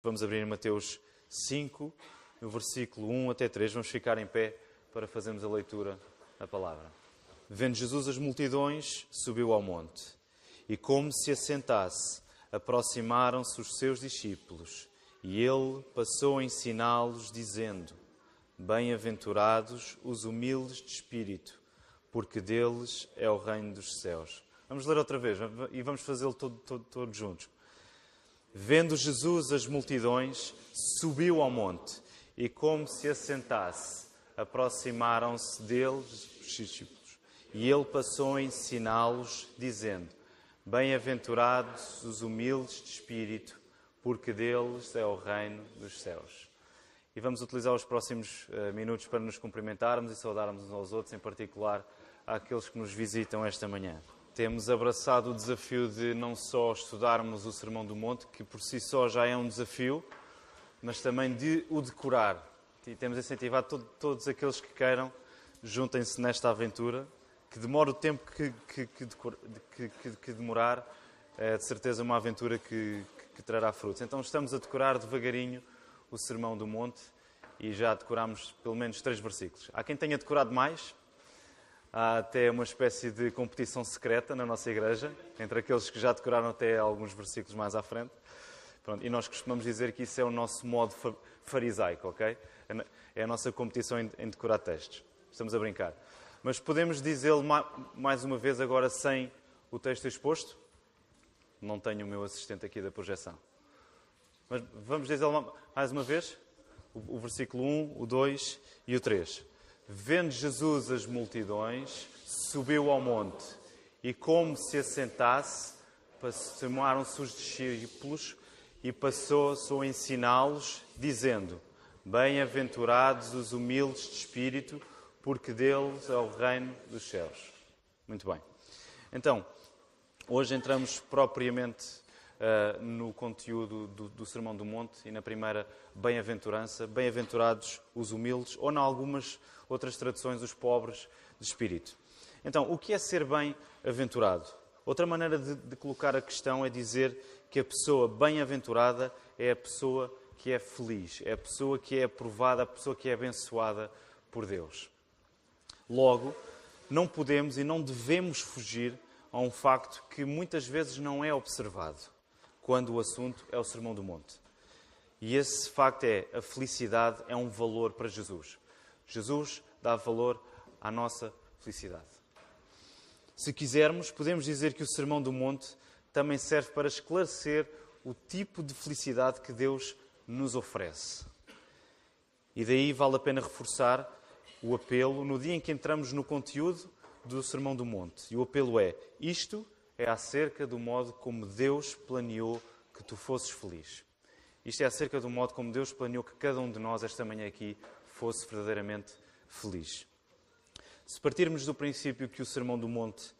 Vamos abrir em Mateus 5, no versículo 1 até 3. Vamos ficar em pé para fazermos a leitura da palavra. Vendo Jesus as multidões, subiu ao monte. E como se assentasse, aproximaram-se os seus discípulos. E ele passou a ensiná-los, dizendo: Bem-aventurados os humildes de espírito, porque deles é o reino dos céus. Vamos ler outra vez e vamos fazê-lo todos juntos. Vendo Jesus as multidões, subiu ao monte, e como se assentasse, aproximaram-se deles os discípulos. E ele passou a ensiná-los, dizendo: Bem-aventurados os humildes de espírito, porque deles é o reino dos céus. E vamos utilizar os próximos minutos para nos cumprimentarmos e saudarmos uns aos outros, em particular àqueles que nos visitam esta manhã. Temos abraçado o desafio de não só estudarmos o Sermão do Monte, que por si só já é um desafio, mas também de o decorar. E temos incentivado todos aqueles que queiram, juntem-se nesta aventura, que demora o tempo que demorar, é de certeza uma aventura que trará frutos. Então estamos a decorar devagarinho o Sermão do Monte e já decorámos pelo menos 3 versículos. Há quem tenha decorado mais. Há até uma espécie de competição secreta na nossa igreja, entre aqueles que já decoraram até alguns versículos mais à frente. Pronto, e nós costumamos dizer que isso é o nosso modo farisaico, ok? É a nossa competição em decorar textos. Estamos a brincar. Mas podemos dizê-lo mais uma vez agora sem o texto exposto? Não tenho o meu assistente aqui da projeção. Mas vamos dizê-lo mais uma vez? O versículo 1, o 2 e o 3. Vendo Jesus as multidões, subiu ao monte, e como se assentasse, aproximaram-se os discípulos e passou-se a ensiná-los, dizendo: Bem-aventurados os humildes de espírito, porque deles é o reino dos céus. Muito bem. Então, hoje entramos propriamente no conteúdo do Sermão do Monte e na primeira bem-aventurança. Bem-aventurados os humildes, ou em algumas outras traduções, os pobres de espírito. Então, o que é ser bem-aventurado? Outra maneira de colocar a questão é dizer que a pessoa bem-aventurada é a pessoa que é feliz, é a pessoa que é aprovada, a pessoa que é abençoada por Deus. Logo, não podemos e não devemos fugir a um facto que muitas vezes não é observado quando o assunto é o Sermão do Monte. E esse facto é: a felicidade é um valor para Jesus. Jesus dá valor à nossa felicidade. Se quisermos, podemos dizer que o Sermão do Monte também serve para esclarecer o tipo de felicidade que Deus nos oferece. E daí vale a pena reforçar o apelo no dia em que entramos no conteúdo do Sermão do Monte. E o apelo é: isto é acerca do modo como Deus planeou que tu fosses feliz. Isto é acerca do modo como Deus planeou que cada um de nós esta manhã aqui fosse verdadeiramente feliz. Se partirmos do princípio que no Sermão do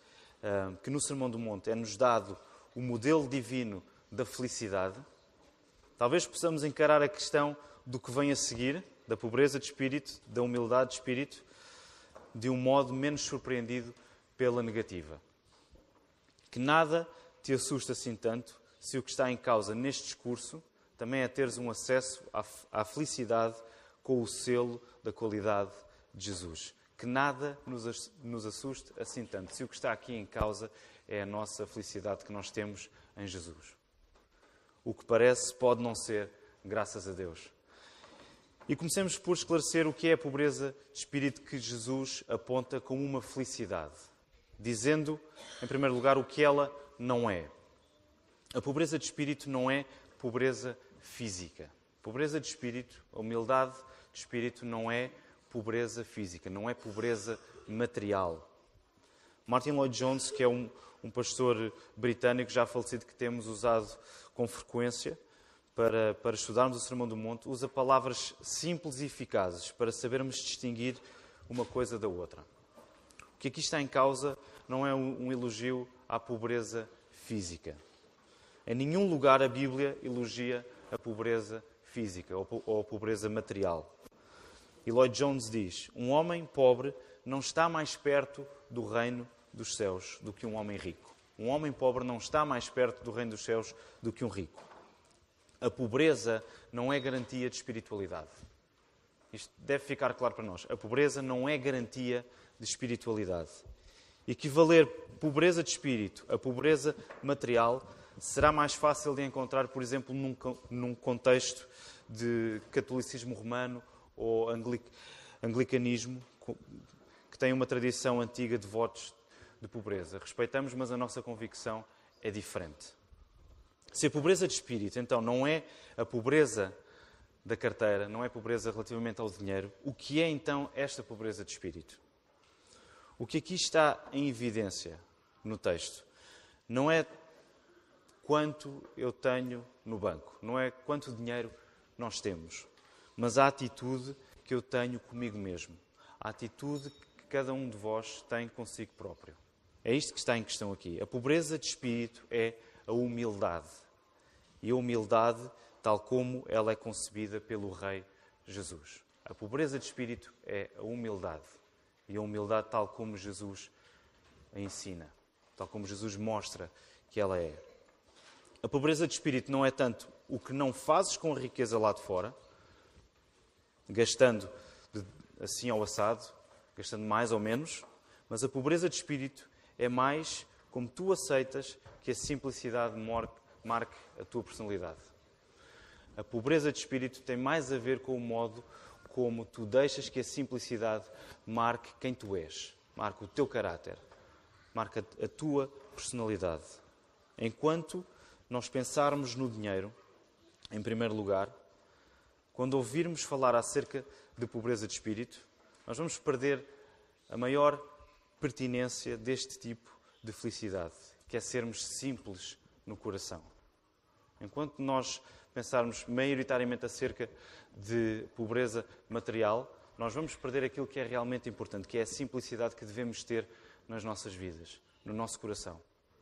Monte é-nos dado o modelo divino da felicidade, talvez possamos encarar a questão do que vem a seguir, da pobreza de espírito, da humildade de espírito, de um modo menos surpreendido pela negativa. Que nada te assusta assim tanto se o que está em causa neste discurso também é teres um acesso à felicidade com o selo da qualidade de Jesus. Que nada nos assuste assim tanto se o que está aqui em causa é a nossa felicidade que nós temos em Jesus. O que parece pode não ser, graças a Deus. E comecemos por esclarecer o que é a pobreza de espírito que Jesus aponta como uma felicidade, dizendo, em primeiro lugar, o que ela não é. A pobreza de espírito não é pobreza física. Pobreza de espírito, a humildade de espírito não é pobreza física, não é pobreza material. Martin Lloyd-Jones, que é um pastor britânico já falecido que temos usado com frequência para estudarmos o Sermão do Monte, usa palavras simples e eficazes para sabermos distinguir uma coisa da outra. O que aqui está em causa não é um elogio à pobreza física. Em nenhum lugar a Bíblia elogia a pobreza física ou a pobreza material. E Lloyd-Jones diz: um homem pobre não está mais perto do reino dos céus do que um homem rico. Um homem pobre não está mais perto do reino dos céus do que um rico. A pobreza não é garantia de espiritualidade. Isto deve ficar claro para nós. A pobreza não é garantia de espiritualidade. Equivaler pobreza de espírito a pobreza material será mais fácil de encontrar, por exemplo, num contexto de catolicismo romano ou anglicanismo, que tem uma tradição antiga de votos de pobreza. Respeitamos, mas a nossa convicção é diferente. Se a pobreza de espírito, então, não é a pobreza da carteira, não é pobreza relativamente ao dinheiro, o que é, então, esta pobreza de espírito? O que aqui está em evidência no texto não é quanto eu tenho no banco, não é quanto dinheiro nós temos, mas a atitude que eu tenho comigo mesmo, a atitude que cada um de vós tem consigo próprio. É isto que está em questão aqui. A pobreza de espírito é a humildade. E a humildade, tal como ela é concebida pelo Rei Jesus. A pobreza de espírito é a humildade. E a humildade tal como Jesus a ensina, tal como Jesus mostra que ela é. A pobreza de espírito não é tanto o que não fazes com a riqueza lá de fora, gastando assim ao assado, gastando mais ou menos, mas a pobreza de espírito é mais como tu aceitas que a simplicidade marque a tua personalidade. A pobreza de espírito tem mais a ver com o modo como tu deixas que a simplicidade marque quem tu és, marque o teu caráter, marque a tua personalidade. Enquanto nós pensarmos no dinheiro, em primeiro lugar, quando ouvirmos falar acerca de pobreza de espírito, nós vamos perder a maior pertinência deste tipo de felicidade, que é sermos simples no coração. Enquanto nós pensarmos maioritariamente acerca de pobreza material, nós vamos perder aquilo que é realmente importante, que é a simplicidade que devemos ter nas nossas vidas, no nosso coração.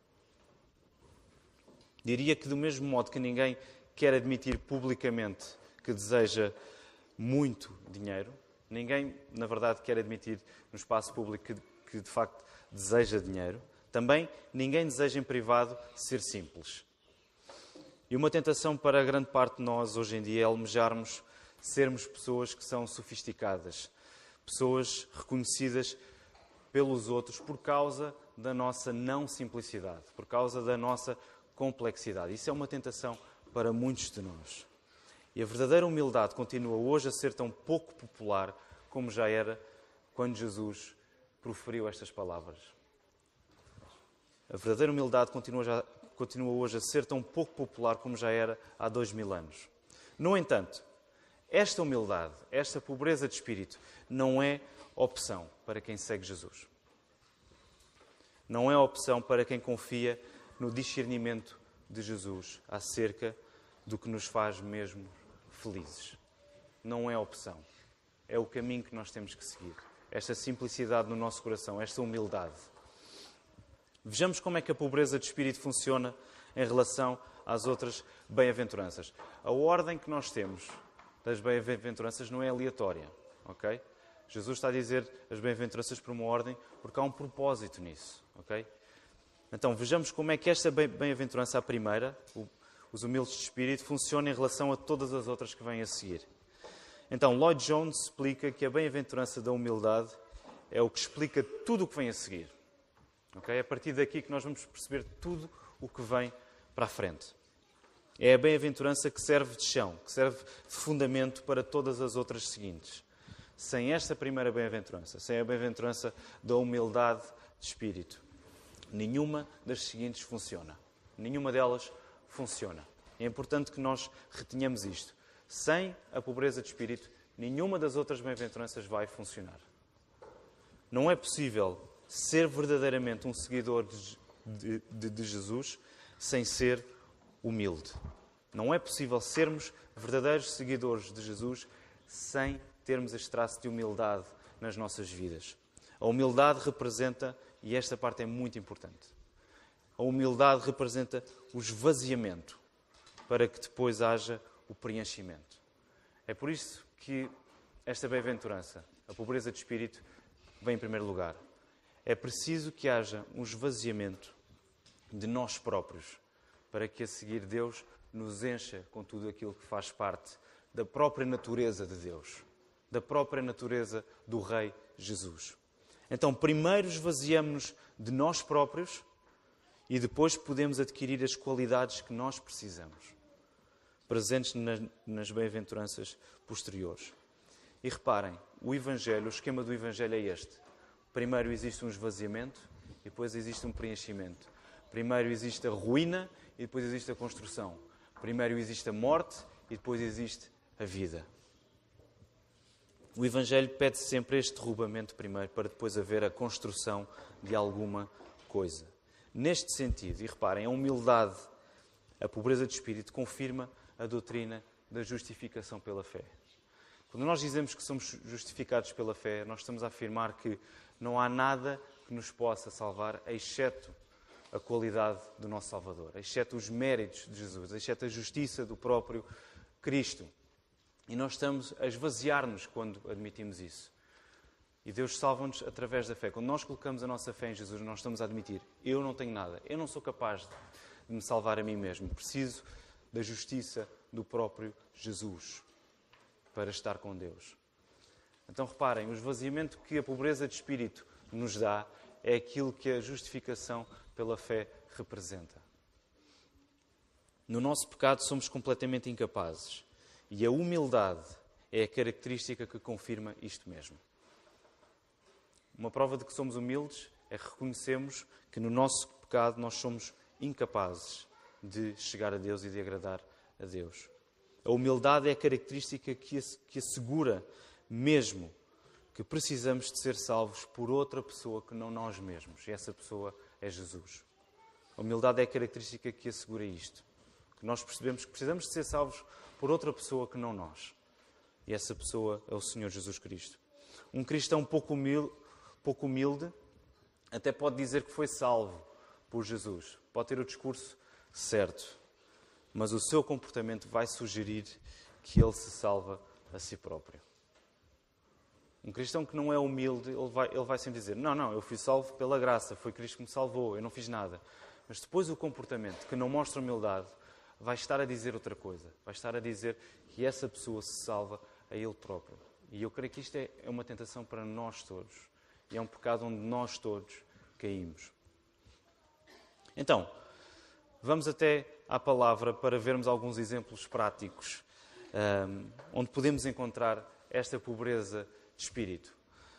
Diria que do mesmo modo que ninguém quer admitir publicamente que deseja muito dinheiro, ninguém, na verdade, quer admitir no espaço público que de facto deseja dinheiro, também ninguém deseja em privado ser simples. E uma tentação para grande parte de nós hoje em dia é almejarmos sermos pessoas que são sofisticadas, pessoas reconhecidas pelos outros por causa da nossa não simplicidade, por causa da nossa complexidade. Isso é uma tentação para muitos de nós. E a verdadeira humildade continua hoje a ser tão pouco popular como já era quando Jesus proferiu estas palavras. A verdadeira humildade continua hoje a ser tão pouco popular como já era há 2000 anos. No entanto, esta humildade, esta pobreza de espírito, não é opção para quem segue Jesus. Não é opção para quem confia no discernimento de Jesus acerca do que nos faz mesmo felizes. Não é opção. É o caminho que nós temos que seguir. Esta simplicidade no nosso coração, esta humildade. Vejamos como é que a pobreza de espírito funciona em relação às outras bem-aventuranças. A ordem que nós temos das bem-aventuranças não é aleatória, ok? Jesus está a dizer as bem-aventuranças por uma ordem porque há um propósito nisso, ok? Então, vejamos como é que esta bem-aventurança, a primeira, os humildes de espírito, funciona em relação a todas as outras que vêm a seguir. Então, Lloyd Jones explica que a bem-aventurança da humildade é o que explica tudo o que vem a seguir. Okay? É a partir daqui que nós vamos perceber tudo o que vem para a frente. É a bem-aventurança que serve de chão, que serve de fundamento para todas as outras seguintes. Sem esta primeira bem-aventurança, sem a bem-aventurança da humildade de espírito, nenhuma das seguintes funciona. Nenhuma delas funciona. É importante que nós retenhamos isto. Sem a pobreza de espírito, nenhuma das outras bem-aventuranças vai funcionar. Não é possível ser verdadeiramente um seguidor de Jesus sem ser humilde. Não é possível sermos verdadeiros seguidores de Jesus sem termos este traço de humildade nas nossas vidas. A humildade representa, e esta parte é muito importante, a humildade representa o esvaziamento para que depois haja o preenchimento. É por isso que esta bem-aventurança, a pobreza de espírito, vem em primeiro lugar. É preciso que haja um esvaziamento de nós próprios para que a seguir Deus nos encha com tudo aquilo que faz parte da própria natureza de Deus, da própria natureza do Rei Jesus. Então, primeiro esvaziamos-nos de nós próprios e depois podemos adquirir as qualidades que nós precisamos, presentes nas bem-aventuranças posteriores. E reparem, o esquema do Evangelho é este. Primeiro existe um esvaziamento e depois existe um preenchimento. Primeiro existe a ruína e depois existe a construção. Primeiro existe a morte e depois existe a vida. O Evangelho pede sempre este derrubamento primeiro para depois haver a construção de alguma coisa. Neste sentido, e reparem, a humildade, a pobreza de espírito confirma a doutrina da justificação pela fé. Quando nós dizemos que somos justificados pela fé, nós estamos a afirmar que não há nada que nos possa salvar, exceto a qualidade do nosso Salvador, exceto os méritos de Jesus, exceto a justiça do próprio Cristo. E nós estamos a esvaziar-nos quando admitimos isso. E Deus salva-nos através da fé. Quando nós colocamos a nossa fé em Jesus, nós estamos a admitir: eu não tenho nada, eu não sou capaz de me salvar a mim mesmo. Preciso da justiça do próprio Jesus para estar com Deus. Então reparem, o esvaziamento que a pobreza de espírito nos dá é aquilo que a justificação pela fé representa. No nosso pecado somos completamente incapazes. E a humildade é a característica que confirma isto mesmo. Uma prova de que somos humildes é reconhecermos que no nosso pecado nós somos incapazes de chegar a Deus e de agradar a Deus. A humildade é a característica que assegura mesmo que precisamos de ser salvos por outra pessoa que não nós mesmos. E essa pessoa é Jesus. A humildade é a característica que assegura isto. Que nós percebemos que precisamos de ser salvos por outra pessoa que não nós. E essa pessoa é o Senhor Jesus Cristo. Um cristão pouco humilde até pode dizer que foi salvo por Jesus. Pode ter o discurso certo. Mas o seu comportamento vai sugerir que ele se salva a si próprio. Um cristão que não é humilde, ele vai sempre dizer: não, eu fui salvo pela graça, foi Cristo que me salvou, eu não fiz nada. Mas depois o comportamento que não mostra humildade vai estar a dizer outra coisa. Vai estar a dizer que essa pessoa se salva a ele próprio. E eu creio que isto é uma tentação para nós todos. E é um pecado onde nós todos caímos. Então, vamos até à palavra para vermos alguns exemplos práticos onde podemos encontrar esta pobreza de espírito.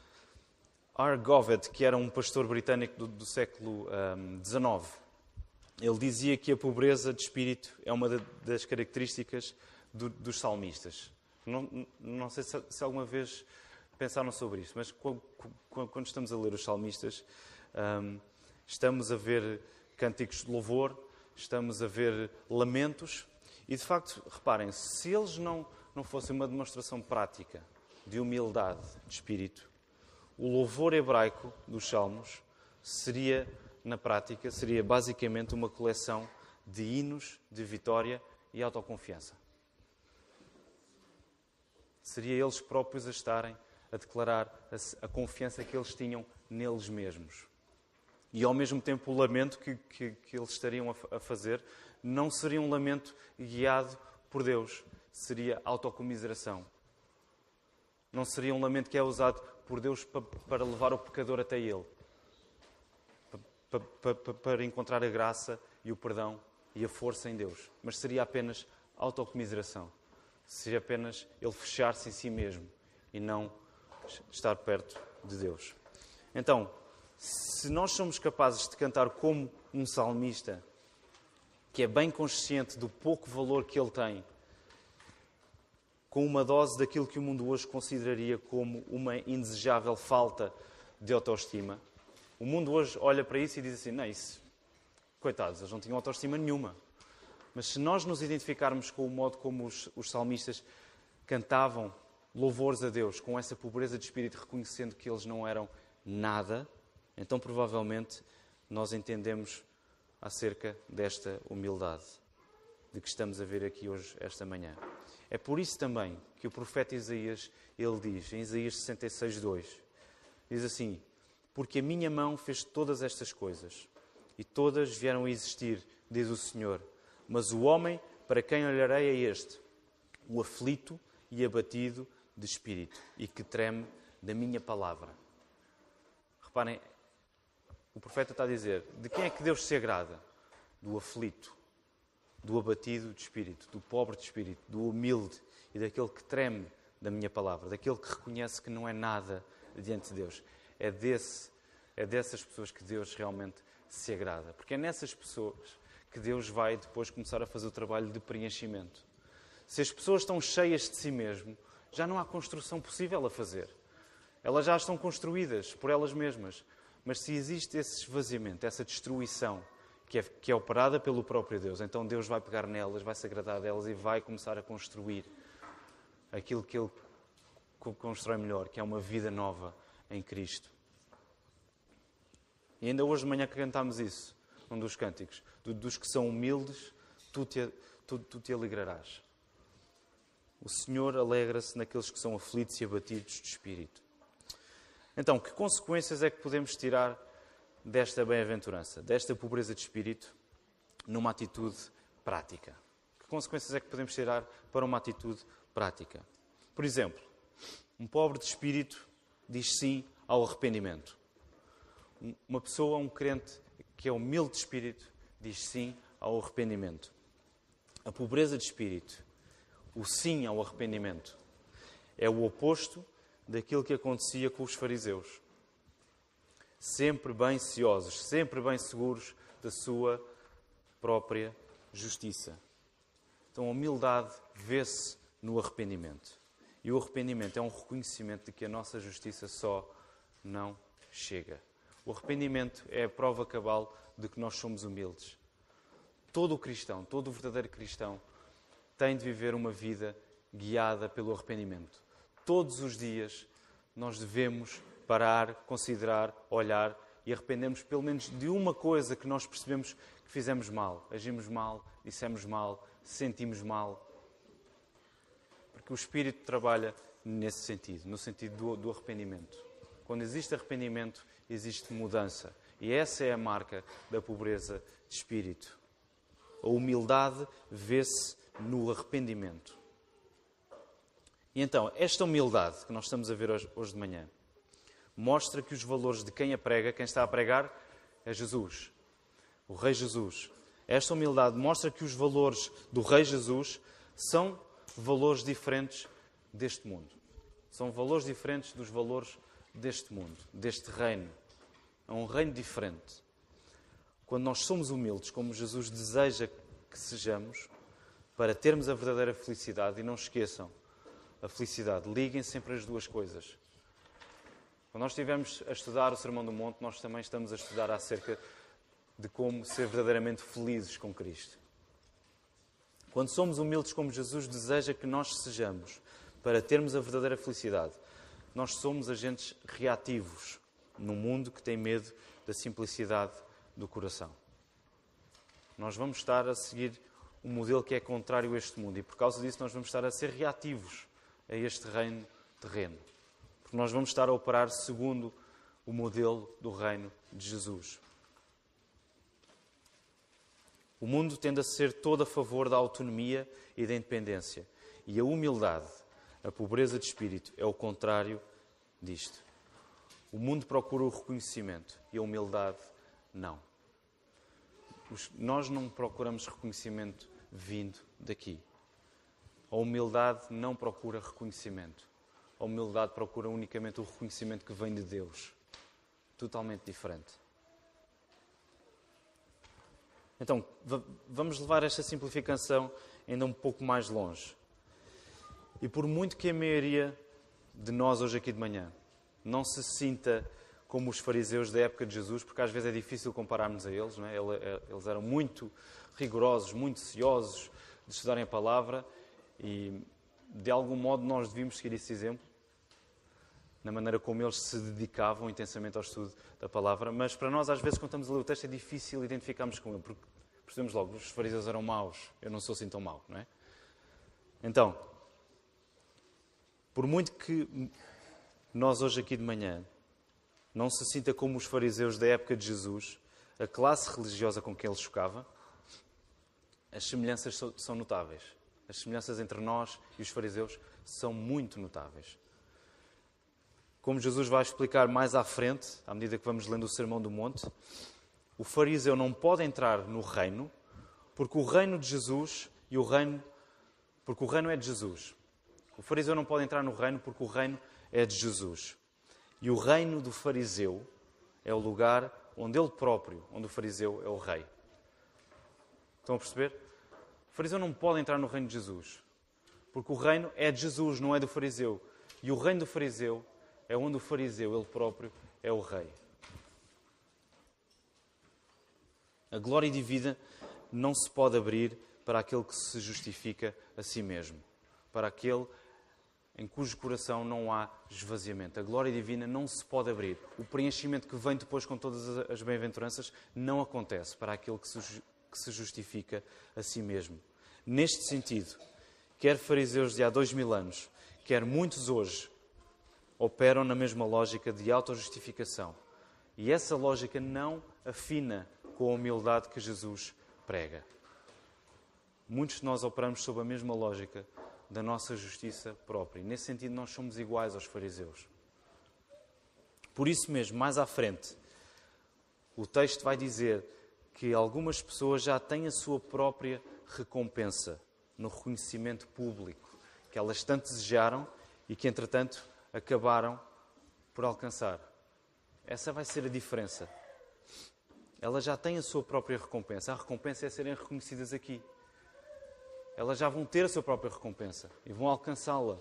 R. Govett, que era um pastor britânico do século XIX, ele dizia que a pobreza de espírito é uma das características dos salmistas. Não sei se alguma vez pensaram sobre isso, mas quando estamos a ler os salmistas, estamos a ver cânticos de louvor, estamos a ver lamentos, e de facto, reparem, se eles não fossem uma demonstração prática de humildade de espírito, o louvor hebraico dos salmos seria, na prática, seria basicamente uma coleção de hinos de vitória e autoconfiança. Seria eles próprios a estarem a declarar a confiança que eles tinham neles mesmos. E ao mesmo tempo o lamento que eles estariam a fazer não seria um lamento guiado por Deus, seria autocomiseração. Não seria um lamento que é usado por Deus para levar o pecador até Ele. Para encontrar a graça e o perdão e a força em Deus. Mas seria apenas autocomiseração. Seria apenas ele fechar-se em si mesmo e não estar perto de Deus. Então, se nós somos capazes de cantar como um salmista, que é bem consciente do pouco valor que ele tem, com uma dose daquilo que o mundo hoje consideraria como uma indesejável falta de autoestima, o mundo hoje olha para isso e diz assim: não, isso, coitados, eles não tinham autoestima nenhuma. Mas se nós nos identificarmos com o modo como os salmistas cantavam louvores a Deus, com essa pobreza de espírito, reconhecendo que eles não eram nada, então provavelmente nós entendemos acerca desta humildade de que estamos a ver aqui hoje, esta manhã. É por isso também que o profeta Isaías, ele diz, em Isaías 66:2, diz assim: porque a minha mão fez todas estas coisas, e todas vieram a existir, diz o Senhor, mas o homem para quem olharei a este, o aflito e abatido de espírito, e que treme da minha palavra. Reparem, o profeta está a dizer, de quem é que Deus se agrada? Do aflito, do abatido de espírito, do pobre de espírito, do humilde e daquele que treme da minha palavra, daquele que reconhece que não é nada diante de Deus. É dessas pessoas que Deus realmente se agrada. Porque é nessas pessoas que Deus vai depois começar a fazer o trabalho de preenchimento. Se as pessoas estão cheias de si mesmo, já não há construção possível a fazer. Elas já estão construídas por elas mesmas. Mas se existe esse esvaziamento, essa destruição, que é operada pelo próprio Deus, então Deus vai pegar nelas, vai se agradar delas e vai começar a construir aquilo que Ele constrói melhor, que é uma vida nova em Cristo. E ainda hoje de manhã cantámos isso, um dos cânticos. Dos que são humildes, tu te alegrarás. O Senhor alegra-se naqueles que são aflitos e abatidos de espírito. Então, que consequências é que podemos tirar desta bem-aventurança, desta pobreza de espírito, numa atitude prática? Que consequências é que podemos tirar para uma atitude prática? Por exemplo, um pobre de espírito diz sim ao arrependimento. Uma pessoa, um crente que é humilde de espírito, diz sim ao arrependimento. A pobreza de espírito, o sim ao arrependimento, é o oposto daquilo que acontecia com os fariseus. Sempre bem ciosos, sempre bem seguros da sua própria justiça. Então a humildade vê-se no arrependimento. E o arrependimento é um reconhecimento de que a nossa justiça só não chega. O arrependimento é a prova cabal de que nós somos humildes. Todo o cristão, todo o verdadeiro cristão, tem de viver uma vida guiada pelo arrependimento. Todos os dias nós devemos parar, considerar, olhar e arrependermos pelo menos de uma coisa que nós percebemos que fizemos mal. Agimos mal, dissemos mal, sentimos mal. Porque o Espírito trabalha nesse sentido, no sentido do arrependimento. Quando existe arrependimento, existe mudança. E essa é a marca da pobreza de espírito. A humildade vê-se no arrependimento. E então, esta humildade que nós estamos a ver hoje de manhã, mostra que os valores de quem a prega, quem está a pregar, é Jesus, o Rei Jesus. Esta humildade mostra que os valores do Rei Jesus são valores diferentes deste mundo. São valores diferentes dos valores deste mundo, deste reino. É um reino diferente. Quando nós somos humildes, como Jesus deseja que sejamos, para termos a verdadeira felicidade, e não esqueçam, a felicidade, liguem sempre as duas coisas. Quando nós estivermos a estudar o Sermão do Monte, nós também estamos a estudar acerca de como ser verdadeiramente felizes com Cristo. Quando somos humildes como Jesus deseja que nós sejamos, para termos a verdadeira felicidade, nós somos agentes reativos num mundo que tem medo da simplicidade do coração. Nós vamos estar a seguir um modelo que é contrário a este mundo e por causa disso nós vamos estar a ser reativos a este reino terreno. Porque nós vamos estar a operar segundo o modelo do reino de Jesus. O mundo tende a ser todo a favor da autonomia e da independência. E a humildade, a pobreza de espírito, é o contrário disto. O mundo procura o reconhecimento e a humildade não. Nós não procuramos reconhecimento vindo daqui. A humildade não procura reconhecimento. A humildade procura unicamente o reconhecimento que vem de Deus. Totalmente diferente. Então, vamos levar esta simplificação ainda um pouco mais longe. E por muito que a maioria de nós hoje aqui de manhã não se sinta como os fariseus da época de Jesus, porque às vezes é difícil compararmos a eles, não é? Eles eram muito rigorosos, muito ciosos de estudarem a palavra e, de algum modo, nós devíamos seguir esse exemplo, na maneira como eles se dedicavam intensamente ao estudo da palavra. Mas para nós, às vezes, quando estamos a ler o texto, é difícil identificarmos com ele, porque percebemos logo, os fariseus eram maus, eu não sou assim tão mau, não é? Então, por muito que nós hoje aqui de manhã não se sinta como os fariseus da época de Jesus, a classe religiosa com quem ele chocava, as semelhanças são notáveis. As semelhanças entre nós e os fariseus são muito notáveis. Como Jesus vai explicar mais à frente, à medida que vamos lendo o Sermão do Monte, o fariseu não pode entrar no reino, porque o reino de Jesus porque o reino é de Jesus. O fariseu não pode entrar no reino porque o reino é de Jesus. E o reino do fariseu é o lugar onde ele próprio, onde o fariseu é o rei. Estão a perceber? O fariseu não pode entrar no reino de Jesus, porque o reino é de Jesus, não é do fariseu. E o reino do fariseu é onde o fariseu, ele próprio, é o rei. A glória divina não se pode abrir para aquele que se justifica a si mesmo, para aquele em cujo coração não há esvaziamento. A glória divina não se pode abrir. O preenchimento que vem depois com todas as bem-aventuranças não acontece para aquele que se justifica a si mesmo. Neste sentido, quer fariseus de há 2000 anos, quer muitos hoje, operam na mesma lógica de autojustificação. E essa lógica não afina com a humildade que Jesus prega. Muitos de nós operamos sob a mesma lógica da nossa justiça própria. E nesse sentido, nós somos iguais aos fariseus. Por isso mesmo, mais à frente, o texto vai dizer que algumas pessoas já têm a sua própria recompensa no reconhecimento público, que elas tanto desejaram e que, entretanto, acabaram por alcançar. Essa vai ser a diferença. Elas já têm a sua própria recompensa. A recompensa é serem reconhecidas aqui. Elas já vão ter a sua própria recompensa e vão alcançá-la.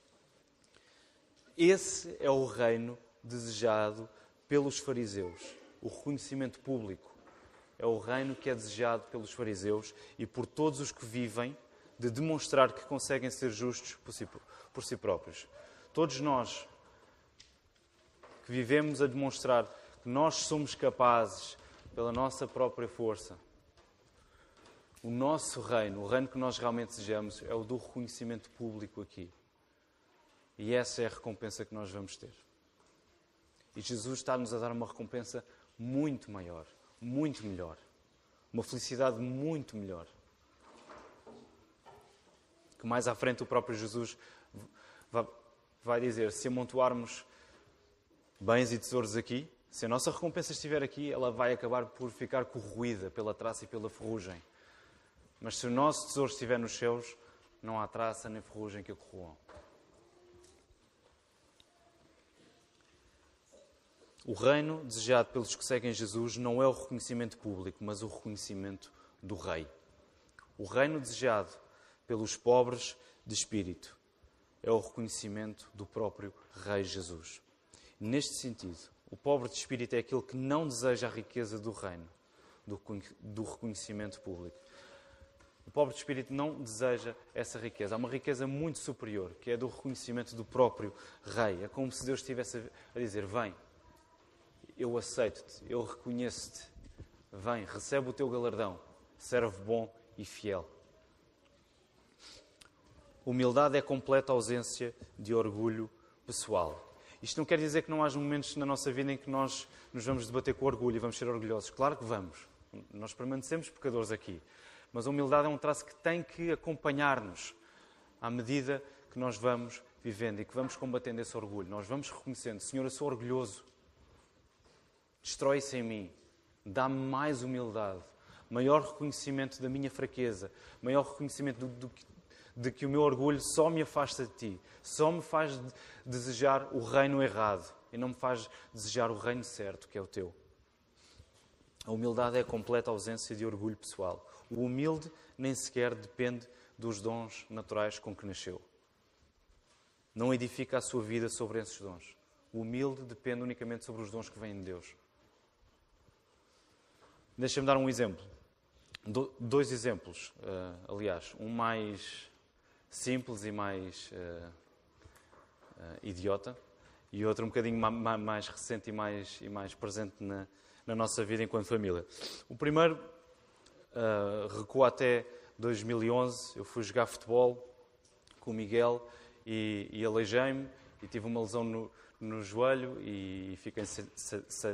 Esse é o reino desejado pelos fariseus. O reconhecimento público é o reino que é desejado pelos fariseus e por todos os que vivem de demonstrar que conseguem ser justos por si próprios. Todos nós que vivemos a demonstrar que nós somos capazes, pela nossa própria força, o nosso reino, o reino que nós realmente desejamos, é o do reconhecimento público aqui. E essa é a recompensa que nós vamos ter. E Jesus está-nos a dar uma recompensa muito maior, muito melhor. Uma felicidade muito melhor. Que mais à frente o próprio Jesus vai dizer, se amontoarmos bens e tesouros aqui, se a nossa recompensa estiver aqui, ela vai acabar por ficar corroída pela traça e pela ferrugem. Mas se o nosso tesouro estiver nos céus, não há traça nem ferrugem que o corroam. O reino desejado pelos que seguem Jesus não é o reconhecimento público, mas o reconhecimento do Rei. O reino desejado pelos pobres de espírito é o reconhecimento do próprio Rei Jesus. Neste sentido, o pobre de espírito é aquele que não deseja a riqueza do reino, do reconhecimento público. O pobre de espírito não deseja essa riqueza. Há uma riqueza muito superior, que é do reconhecimento do próprio Rei. É como se Deus estivesse a dizer, vem, eu aceito-te, eu reconheço-te, vem, recebe o teu galardão, servo bom e fiel. Humildade é completa ausência de orgulho pessoal. Isto não quer dizer que não haja momentos na nossa vida em que nós nos vamos debater com orgulho e vamos ser orgulhosos. Claro que vamos. Nós permanecemos pecadores aqui. Mas a humildade é um traço que tem que acompanhar-nos à medida que nós vamos vivendo e que vamos combatendo esse orgulho. Nós vamos reconhecendo, Senhor, eu sou orgulhoso. Destrói isso em mim. Dá-me mais humildade. Maior reconhecimento da minha fraqueza. Maior reconhecimento de que o meu orgulho só me afasta de Ti. Só me faz desejar o reino errado. E não me faz desejar o reino certo, que é o Teu. A humildade é a completa ausência de orgulho pessoal. O humilde nem sequer depende dos dons naturais com que nasceu. Não edifica a sua vida sobre esses dons. O humilde depende unicamente sobre os dons que vêm de Deus. Deixa-me dar um exemplo. Dois exemplos, aliás. Um mais simples e mais idiota. E outro um bocadinho mais recente e mais presente na nossa vida enquanto família. O primeiro recua até 2011. Eu fui jogar futebol com o Miguel e aleijei-me e tive uma lesão no joelho e fiquei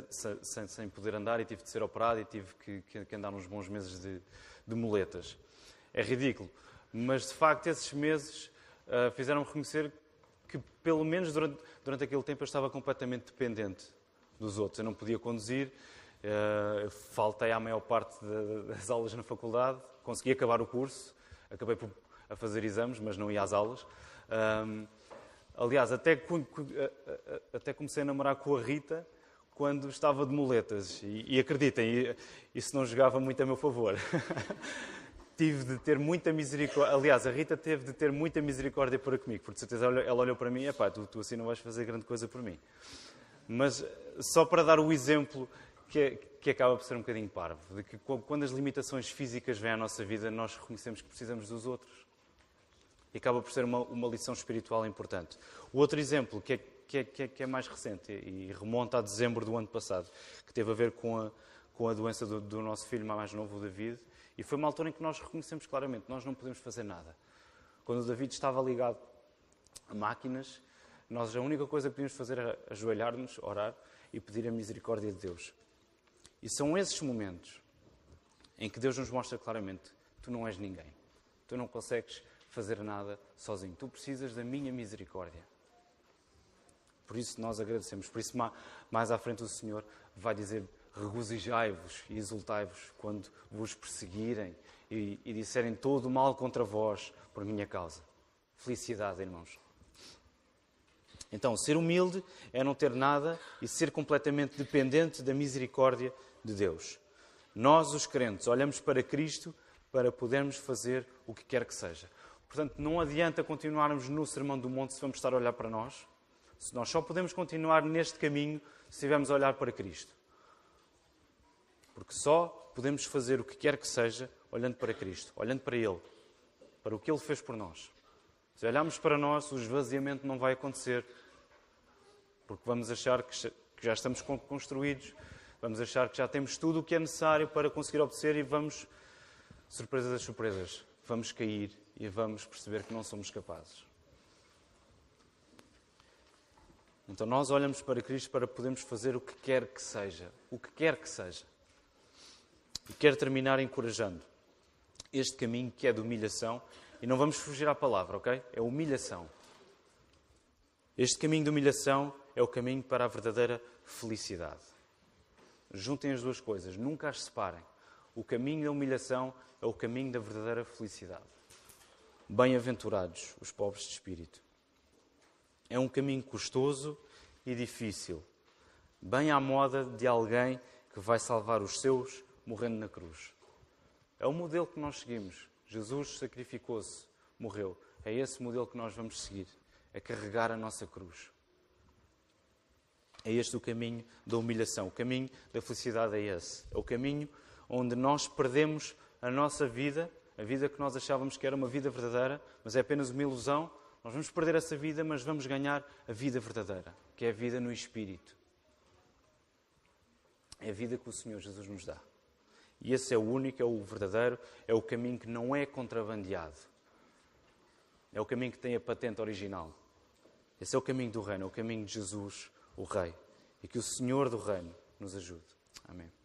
sem poder andar e tive de ser operado e tive que andar uns bons meses de muletas. é ridículo. Mas, de facto, esses meses fizeram-me reconhecer que, pelo menos durante aquele tempo, eu estava completamente dependente dos outros. Eu não podia conduzir, faltei à maior parte das aulas na faculdade, consegui acabar o curso, acabei a fazer exames, mas não ia às aulas. Aliás, até comecei a namorar com a Rita quando estava de muletas. E acreditem, isso não jogava muito a meu favor. Tive de ter muita misericórdia. Aliás, a Rita teve de ter muita misericórdia para comigo, porque de certeza ela olhou para mim e tu assim não vais fazer grande coisa por mim. Mas só para dar o exemplo que acaba por ser um bocadinho parvo, de que quando as limitações físicas vêm à nossa vida, nós reconhecemos que precisamos dos outros. E acaba por ser uma lição espiritual importante. O outro exemplo, que é mais recente e remonta a dezembro do ano passado, que teve a ver com a doença do nosso filho mais novo, o David, e foi uma altura em que nós reconhecemos claramente, nós não podemos fazer nada. Quando o David estava ligado a máquinas, nós a única coisa que podíamos fazer era ajoelhar-nos, orar e pedir a misericórdia de Deus. E são esses momentos em que Deus nos mostra claramente, tu não és ninguém, tu não consegues fazer nada sozinho, tu precisas da minha misericórdia. Por isso nós agradecemos, por isso mais à frente o Senhor vai dizer, regozijai-vos e exultai-vos quando vos perseguirem e disserem todo o mal contra vós por minha causa. Felicidade, irmãos. Então, ser humilde é não ter nada e ser completamente dependente da misericórdia de Deus. Nós, os crentes, olhamos para Cristo para podermos fazer o que quer que seja. Portanto, não adianta continuarmos no Sermão do Monte se vamos estar a olhar para nós. Nós só podemos continuar neste caminho se estivermos a olhar para Cristo. Porque só podemos fazer o que quer que seja olhando para Cristo, olhando para Ele, para o que Ele fez por nós. Se olharmos para nós, o esvaziamento não vai acontecer, porque vamos achar que já estamos construídos, vamos achar que já temos tudo o que é necessário para conseguir obedecer e vamos, surpresa das surpresas, vamos cair e vamos perceber que não somos capazes. Então nós olhamos para Cristo para podermos fazer o que quer que seja, o que quer que seja. E quero terminar encorajando este caminho que é de humilhação, e não vamos fugir à palavra, ok? É humilhação. Este caminho de humilhação é o caminho para a verdadeira felicidade. Juntem as duas coisas, nunca as separem. O caminho da humilhação é o caminho da verdadeira felicidade. Bem-aventurados os pobres de espírito. É um caminho custoso e difícil, bem à moda de alguém que vai salvar os seus morrendo na cruz. É o modelo que nós seguimos. Jesus sacrificou-se, morreu. É esse modelo que nós vamos seguir. É carregar a nossa cruz. É este o caminho da humilhação. O caminho da felicidade é esse. É o caminho onde nós perdemos a nossa vida, a vida que nós achávamos que era uma vida verdadeira, mas é apenas uma ilusão. Nós vamos perder essa vida, mas vamos ganhar a vida verdadeira, que é a vida no Espírito. É a vida que o Senhor Jesus nos dá. E esse é o único, é o verdadeiro, é o caminho que não é contrabandeado. É o caminho que tem a patente original. Esse é o caminho do reino, é o caminho de Jesus, o Rei. E que o Senhor do reino nos ajude. Amém.